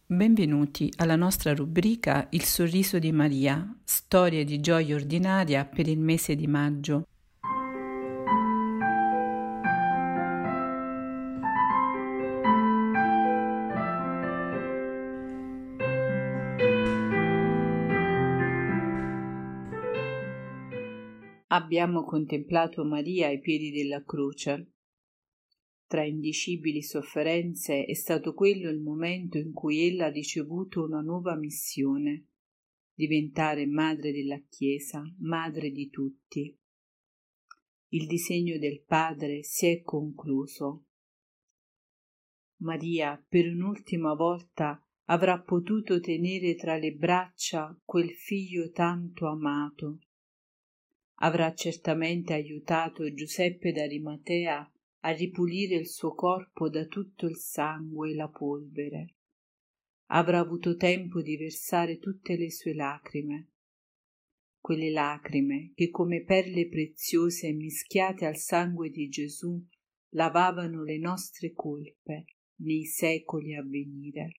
Benvenuti alla nostra rubrica Il sorriso di Maria, storie di gioia ordinaria per il mese di maggio. Abbiamo contemplato Maria ai piedi della croce. Tra indicibili sofferenze è stato quello il momento in cui ella ha ricevuto una nuova missione: diventare madre della Chiesa, madre di tutti. Il disegno del Padre si è concluso. Maria, per un'ultima volta, avrà potuto tenere tra le braccia quel figlio tanto amato. Avrà certamente aiutato Giuseppe d'Arimatea a ripulire il suo corpo da tutto il sangue e la polvere. Avrà avuto tempo di versare tutte le sue lacrime, quelle lacrime che come perle preziose mischiate al sangue di Gesù lavavano le nostre colpe nei secoli a venire.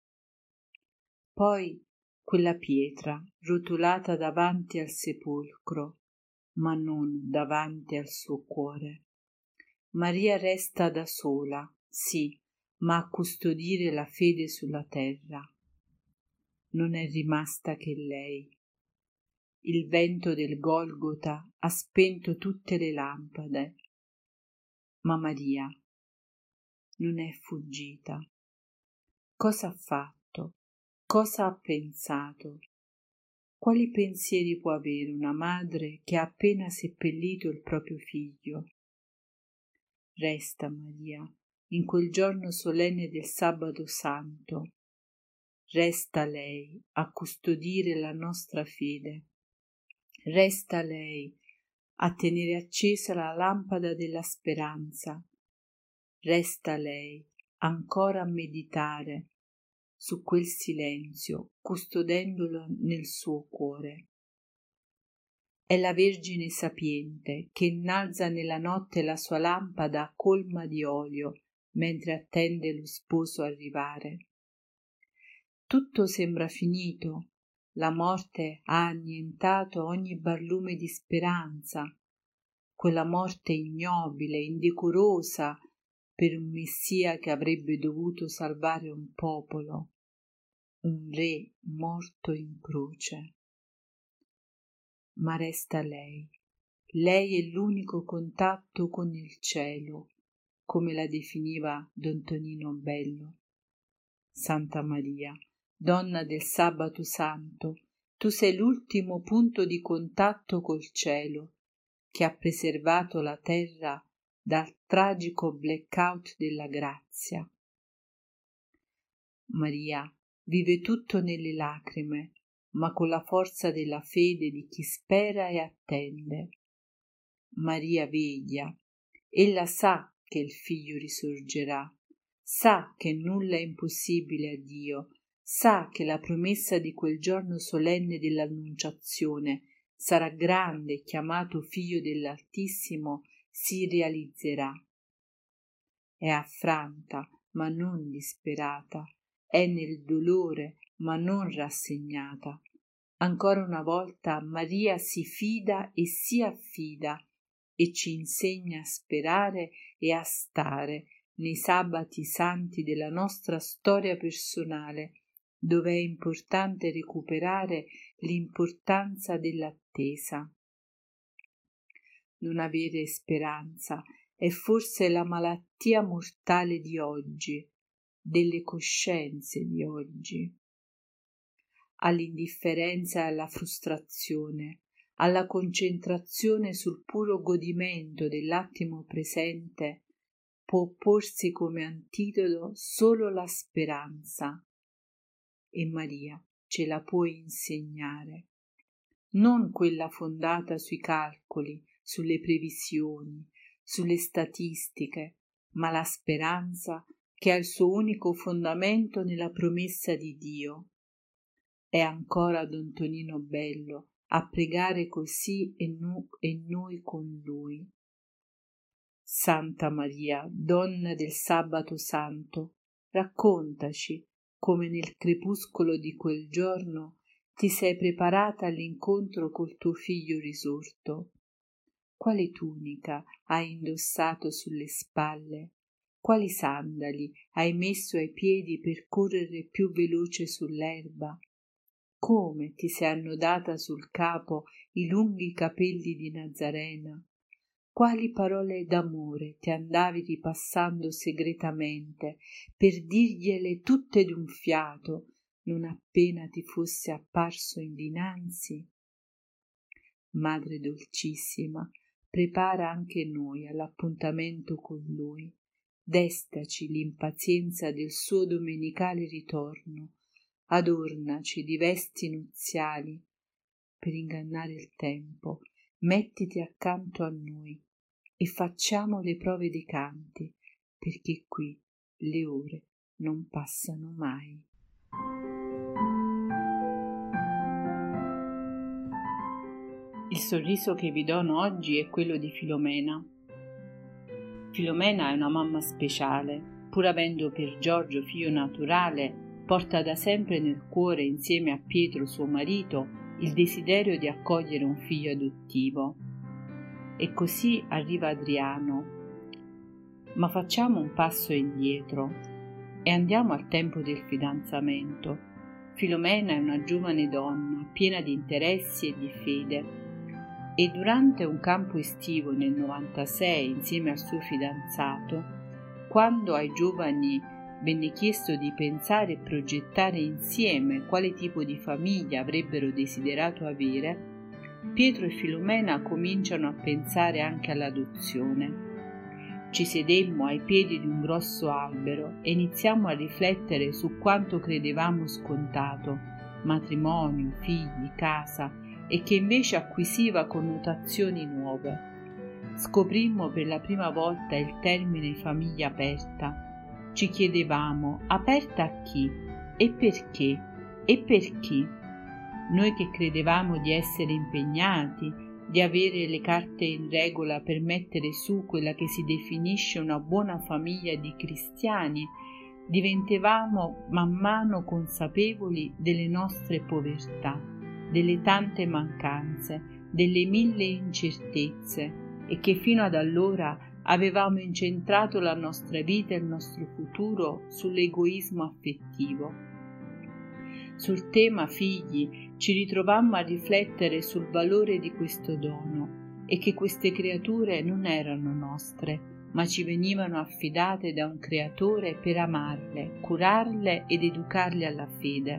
Poi quella pietra rotolata davanti al sepolcro, ma non davanti al suo cuore. Maria resta da sola, sì, ma a custodire la fede sulla terra. Non è rimasta che lei. Il vento del Golgota ha spento tutte le lampade, ma Maria non è fuggita. Cosa ha fatto? Cosa ha pensato? Quali pensieri può avere una madre che ha appena seppellito il proprio figlio? Resta Maria in quel giorno solenne del Sabato Santo. Resta lei a custodire la nostra fede. Resta lei a tenere accesa la lampada della speranza. Resta lei ancora a meditare su quel silenzio, custodendolo nel suo cuore. È la Vergine sapiente che innalza nella notte la sua lampada colma di olio mentre attende lo sposo arrivare. Tutto sembra finito, la morte ha annientato ogni barlume di speranza, quella morte ignobile, indecorosa per un Messia che avrebbe dovuto salvare un popolo, un re morto in croce. Ma resta lei. Lei è l'unico contatto con il cielo, come la definiva Don Tonino Bello. Santa Maria, donna del Sabato Santo, tu sei l'ultimo punto di contatto col cielo che ha preservato la terra dal tragico blackout della grazia. Maria vive tutto nelle lacrime, ma con la forza della fede di chi spera e attende. Maria veglia, ella sa che il figlio risorgerà, sa che nulla è impossibile a Dio, sa che la promessa di quel giorno solenne dell'Annunciazione sarà grande e chiamato figlio dell'Altissimo si realizzerà. È affranta, ma non disperata, è nel dolore, ma non rassegnata. Ancora una volta Maria si fida e si affida e ci insegna a sperare e a stare nei sabati santi della nostra storia personale, dove è importante recuperare l'importanza dell'attesa. Non avere speranza è forse la malattia mortale di oggi, delle coscienze di oggi. All'indifferenza e alla frustrazione, alla concentrazione sul puro godimento dell'attimo presente, può opporsi come antidoto solo la speranza, e Maria ce la può insegnare, non quella fondata sui calcoli, sulle previsioni, sulle statistiche, ma la speranza che ha il suo unico fondamento nella promessa di Dio. È ancora Don Tonino Bello a pregare così e noi con lui. Santa Maria, donna del Sabato Santo, raccontaci come nel crepuscolo di quel giorno ti sei preparata all'incontro col tuo figlio risorto. Quale tunica hai indossato sulle spalle? Quali sandali hai messo ai piedi per correre più veloce sull'erba? Come ti sei annodata sul capo i lunghi capelli di Nazarena? Quali parole d'amore ti andavi ripassando segretamente per dirgliele tutte d'un fiato, non appena ti fosse apparso in dinanzi? Madre dolcissima, prepara anche noi all'appuntamento con Lui. Destaci l'impazienza del suo domenicale ritorno. Adornaci di vesti nuziali. Per ingannare il tempo, mettiti accanto a noi e facciamo le prove dei canti, perché qui le ore non passano mai. Il sorriso che vi dono oggi è quello di Filomena. Filomena è una mamma speciale, pur avendo per Giorgio figlio naturale, porta da sempre nel cuore, insieme a Pietro suo marito, il desiderio di accogliere un figlio adottivo. E così arriva Adriano. Ma facciamo un passo indietro e andiamo al tempo del fidanzamento. Filomena è una giovane donna, piena di interessi e di fede, e durante un campo estivo nel 96 insieme al suo fidanzato, quando ai giovani venne chiesto di pensare e progettare insieme quale tipo di famiglia avrebbero desiderato avere, Pietro e Filomena cominciano a pensare anche all'adozione. Ci sedemmo ai piedi di un grosso albero e iniziamo a riflettere su quanto credevamo scontato: matrimonio, figli, casa, e che invece acquisiva connotazioni nuove. Scoprimmo per la prima volta il termine famiglia aperta. Ci chiedevamo: aperta a chi? E perché? E per chi? Noi che credevamo di essere impegnati, di avere le carte in regola per mettere su quella che si definisce una buona famiglia di cristiani, diventavamo man mano consapevoli delle nostre povertà, delle tante mancanze, delle 1000 incertezze, e che fino ad allora avevamo incentrato la nostra vita e il nostro futuro sull'egoismo affettivo. Sul tema figli ci ritrovammo a riflettere sul valore di questo dono e che queste creature non erano nostre, ma ci venivano affidate da un creatore per amarle, curarle ed educarle alla fede.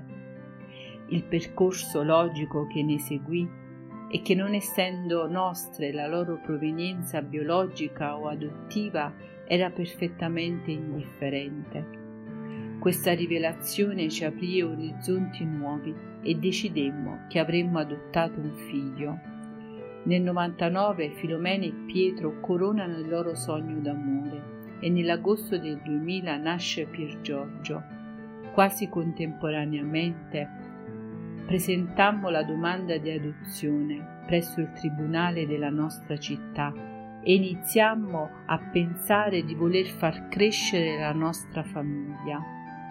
Il percorso logico che ne seguì è che, non essendo nostre la loro provenienza biologica o adottiva, era perfettamente indifferente. Questa rivelazione ci aprì orizzonti nuovi e decidemmo che avremmo adottato un figlio. Nel 99 Filomena e Pietro coronano il loro sogno d'amore e nell'agosto del 2000 nasce Pier Giorgio. Quasi contemporaneamente presentammo la domanda di adozione presso il tribunale della nostra città e iniziammo a pensare di voler far crescere la nostra famiglia.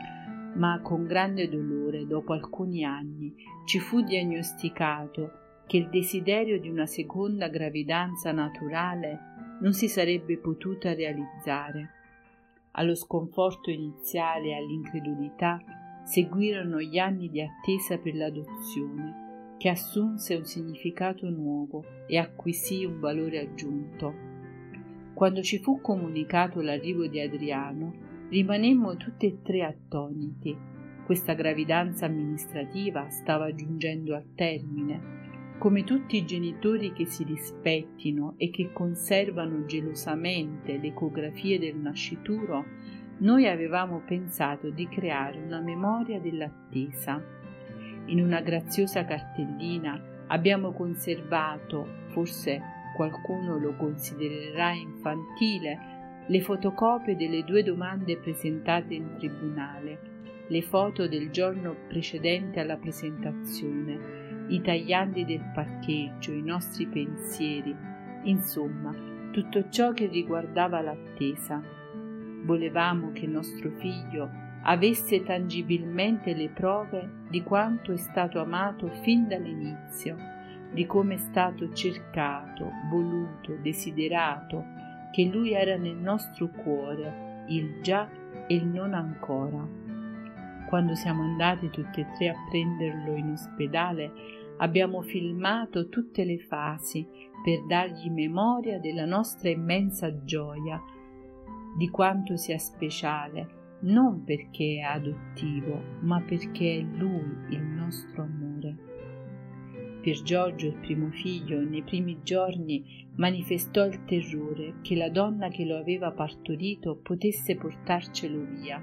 Ma con grande dolore, dopo alcuni anni, ci fu diagnosticato che il desiderio di una seconda gravidanza naturale non si sarebbe potuta realizzare. Allo sconforto iniziale e all'incredulità seguirono gli anni di attesa per l'adozione, che assunse un significato nuovo e acquisì un valore aggiunto. Quando ci fu comunicato l'arrivo di Adriano, rimanemmo tutti e tre attoniti. Questa gravidanza amministrativa stava giungendo al termine. Come tutti i genitori che si rispettino e che conservano gelosamente le ecografie del nascituro, noi avevamo pensato di creare una memoria dell'attesa. In una graziosa cartellina abbiamo conservato, forse qualcuno lo considererà infantile, le fotocopie delle 2 domande presentate in tribunale, le foto del giorno precedente alla presentazione, i tagliandi del parcheggio, i nostri pensieri, insomma, tutto ciò che riguardava l'attesa. Volevamo che nostro figlio avesse tangibilmente le prove di quanto è stato amato fin dall'inizio, di come è stato cercato, voluto, desiderato, che lui era nel nostro cuore, il già e il non ancora. Quando siamo andati tutti e tre a prenderlo in ospedale, abbiamo filmato tutte le fasi per dargli memoria della nostra immensa gioia, di quanto sia speciale, non perché è adottivo, ma perché è lui il nostro amore. Piergiorgio, il primo figlio, nei primi giorni manifestò il terrore che la donna che lo aveva partorito potesse portarcelo via.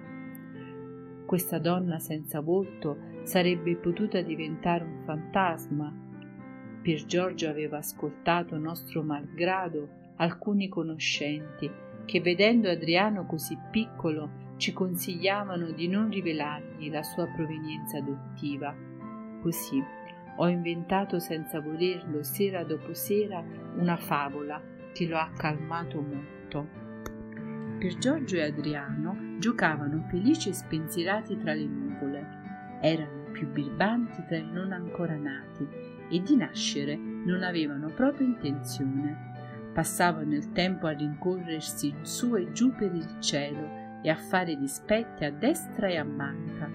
Questa donna senza volto sarebbe potuta diventare un fantasma. Piergiorgio aveva ascoltato nostro malgrado alcuni conoscenti che, vedendo Adriano così piccolo, ci consigliavano di non rivelargli la sua provenienza adottiva. Così ho inventato senza volerlo sera dopo sera una favola che lo ha calmato molto. Piergiorgio e Adriano giocavano felici e spensierati tra le nuvole, erano più birbanti tra i non ancora nati e di nascere non avevano proprio intenzione. Passavano il tempo a rincorrersi su e giù per il cielo e a fare dispetti a destra e a manca.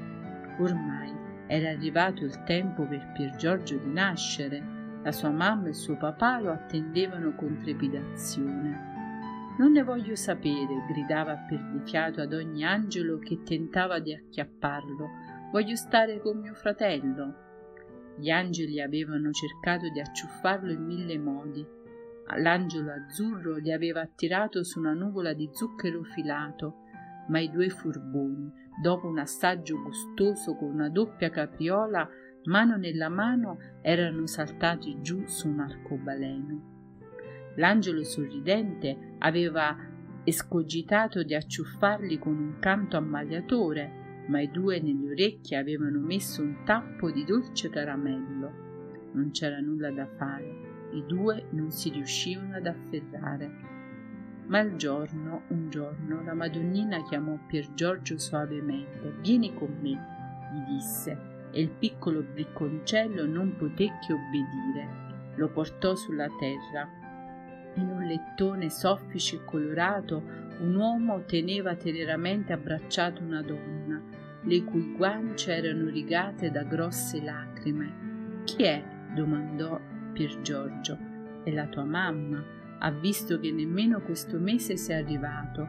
Ormai era arrivato il tempo per Piergiorgio di nascere. La sua mamma e il suo papà lo attendevano con trepidazione. «Non ne voglio sapere», gridava a perdifiato ad ogni angelo che tentava di acchiapparlo. «Voglio stare con mio fratello». Gli angeli avevano cercato di acciuffarlo in 1000 modi. L'angelo azzurro gli aveva attirato su una nuvola di zucchero filato, ma i due furboni, dopo un assaggio gustoso con una doppia capriola, mano nella mano, erano saltati giù su un arcobaleno. L'angelo sorridente aveva escogitato di acciuffarli con un canto ammaliatore, ma i due negli orecchi avevano messo un tappo di dolce caramello. Non c'era nulla da fare, i due non si riuscivano ad afferrare. Ma un giorno, la Madonnina chiamò Piergiorgio suavemente. «Vieni con me», gli disse, e il piccolo bricconcello non poté che obbedire. Lo portò sulla terra. In un lettone soffice e colorato un uomo teneva teneramente abbracciato una donna, le cui guance erano rigate da grosse lacrime. «Chi è?» domandò Piergiorgio. «È la tua mamma. Ha visto che nemmeno questo mese sei arrivato».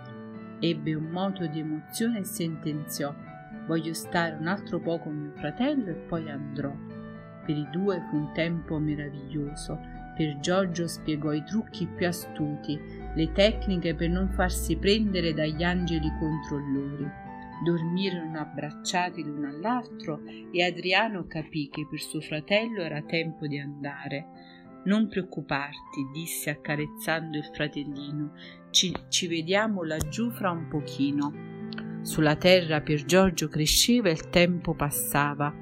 Ebbe un moto di emozione e sentenziò: «Voglio stare un altro po' con mio fratello e poi andrò». Per i due fu un tempo meraviglioso. Piergiorgio spiegò i trucchi più astuti, le tecniche per non farsi prendere dagli angeli controllori. Dormirono abbracciati l'uno all'altro e Adriano capì che per suo fratello era tempo di andare. «Non preoccuparti», disse accarezzando il fratellino, ci vediamo laggiù fra un pochino». Sulla terra Piergiorgio cresceva e il tempo passava.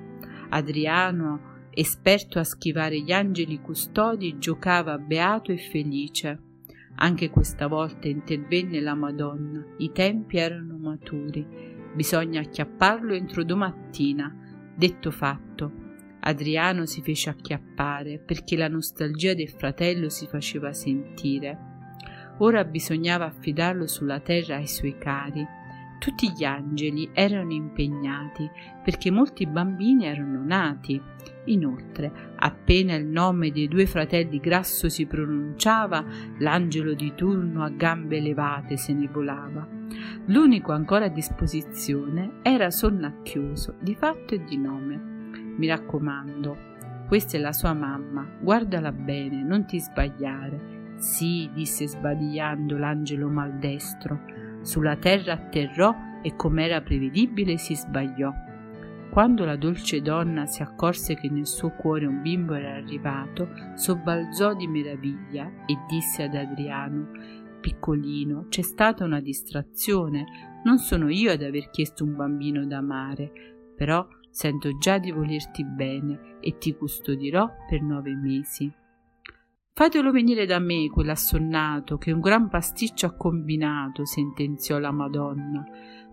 Adriano, esperto a schivare gli angeli custodi, giocava beato e felice. Anche questa volta intervenne la Madonna. I tempi erano maturi. Bisogna acchiapparlo entro domattina. Detto fatto. Adriano si fece acchiappare perché la nostalgia del fratello si faceva sentire. Ora bisognava affidarlo sulla terra ai suoi cari. Tutti gli angeli erano impegnati perché molti bambini erano nati. Inoltre, appena il nome dei due fratelli Grasso si pronunciava, l'angelo di turno a gambe levate se ne volava. L'unico ancora a disposizione era sonnacchioso di fatto e di nome. «Mi raccomando, questa è la sua mamma, guardala bene, non ti sbagliare». «Sì», disse sbadigliando l'angelo maldestro. Sulla terra atterrò e, com'era prevedibile, si sbagliò. Quando la dolce donna si accorse che nel suo cuore un bimbo era arrivato, sobbalzò di meraviglia e disse ad Adriano: «Piccolino, c'è stata una distrazione, non sono io ad aver chiesto un bambino da amare, però sento già di volerti bene e ti custodirò per 9 mesi». «Fatelo venire da me quell'assonnato che un gran pasticcio ha combinato», sentenziò la Madonna.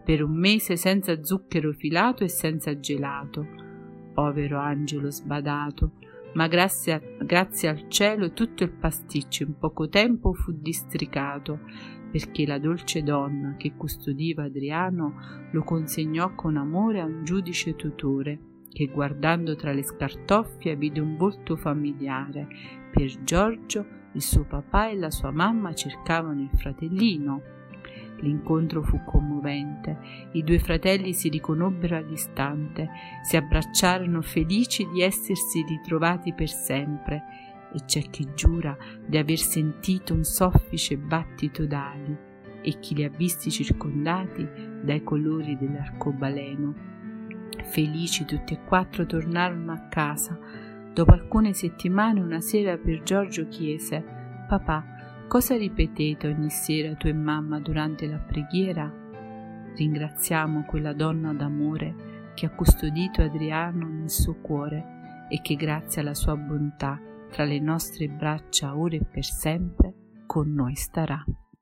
per un mese senza zucchero filato e senza gelato. Povero angelo sbadato, ma grazie al cielo tutto il pasticcio in poco tempo fu districato, perché la dolce donna che custodiva Adriano lo consegnò con amore a un giudice tutore, che guardando tra le scartoffie vide un volto familiare. Per Giorgio il suo papà e la sua mamma cercavano il fratellino. L'incontro fu commovente. I due fratelli si riconobbero all'istante, si abbracciarono felici di essersi ritrovati per sempre, e c'è chi giura di aver sentito un soffice battito d'ali, e chi li ha visti circondati dai colori dell'arcobaleno. Felici tutti e quattro tornarono a casa. Dopo alcune settimane una sera per Giorgio chiese: «Papà, cosa ripetete ogni sera tu e mamma durante la preghiera?» «Ringraziamo quella donna d'amore che ha custodito Adriano nel suo cuore e che grazie alla sua bontà tra le nostre braccia ora e per sempre con noi starà».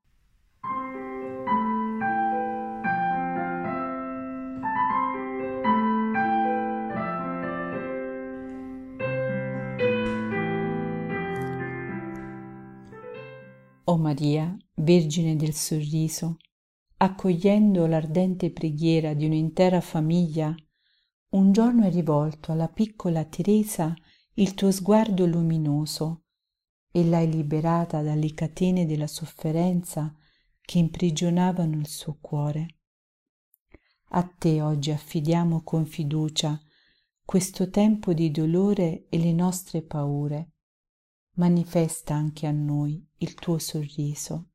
O Maria, Vergine del Sorriso, accogliendo l'ardente preghiera di un'intera famiglia, un giorno hai rivolto alla piccola Teresa il tuo sguardo luminoso e l'hai liberata dalle catene della sofferenza che imprigionavano il suo cuore. A te oggi affidiamo con fiducia questo tempo di dolore e le nostre paure. Manifesta anche a noi il tuo sorriso.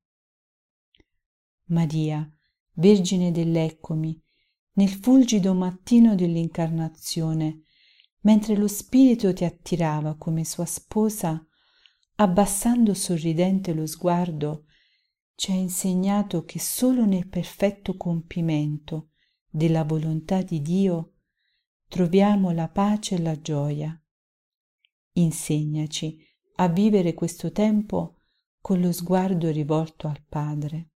Maria, Vergine dell'Eccomi, nel fulgido mattino dell'Incarnazione, mentre lo Spirito ti attirava come sua sposa, abbassando sorridente lo sguardo, ci hai insegnato che solo nel perfetto compimento della volontà di Dio troviamo la pace e la gioia. Insegnaci a vivere questo tempo con lo sguardo rivolto al Padre.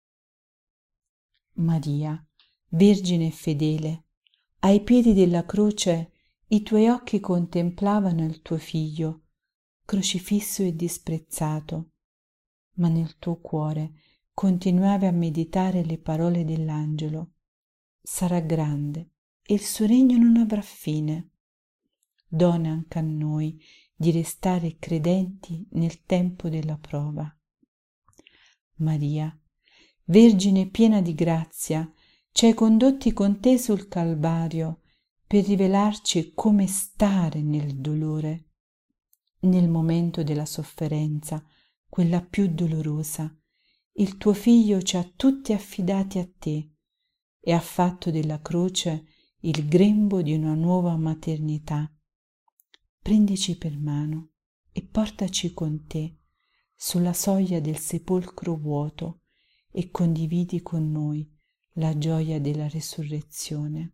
Maria, Vergine fedele, ai piedi della croce i tuoi occhi contemplavano il tuo figlio, crocifisso e disprezzato, ma nel tuo cuore continuavi a meditare le parole dell'angelo. Sarà grande e il suo regno non avrà fine. Dona anche a noi di restare credenti nel tempo della prova. Maria, Vergine piena di grazia, ci hai condotti con te sul Calvario per rivelarci come stare nel dolore, nel momento della sofferenza, quella più dolorosa. Il tuo Figlio ci ha tutti affidati a te e ha fatto della croce il grembo di una nuova maternità. Prendici per mano e portaci con te sulla soglia del sepolcro vuoto e condividi con noi la gioia della resurrezione.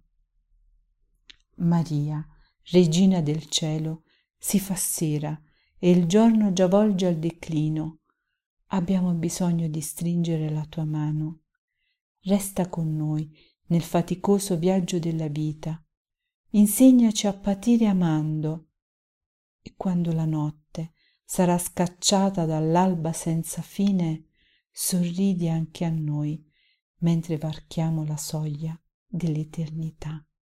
Maria, Regina del cielo, si fa sera e il giorno già volge al declino. Abbiamo bisogno di stringere la tua mano. Resta con noi nel faticoso viaggio della vita. Insegnaci a patire amando. E quando la notte sarà scacciata dall'alba senza fine, sorridi anche a noi mentre varchiamo la soglia dell'eternità.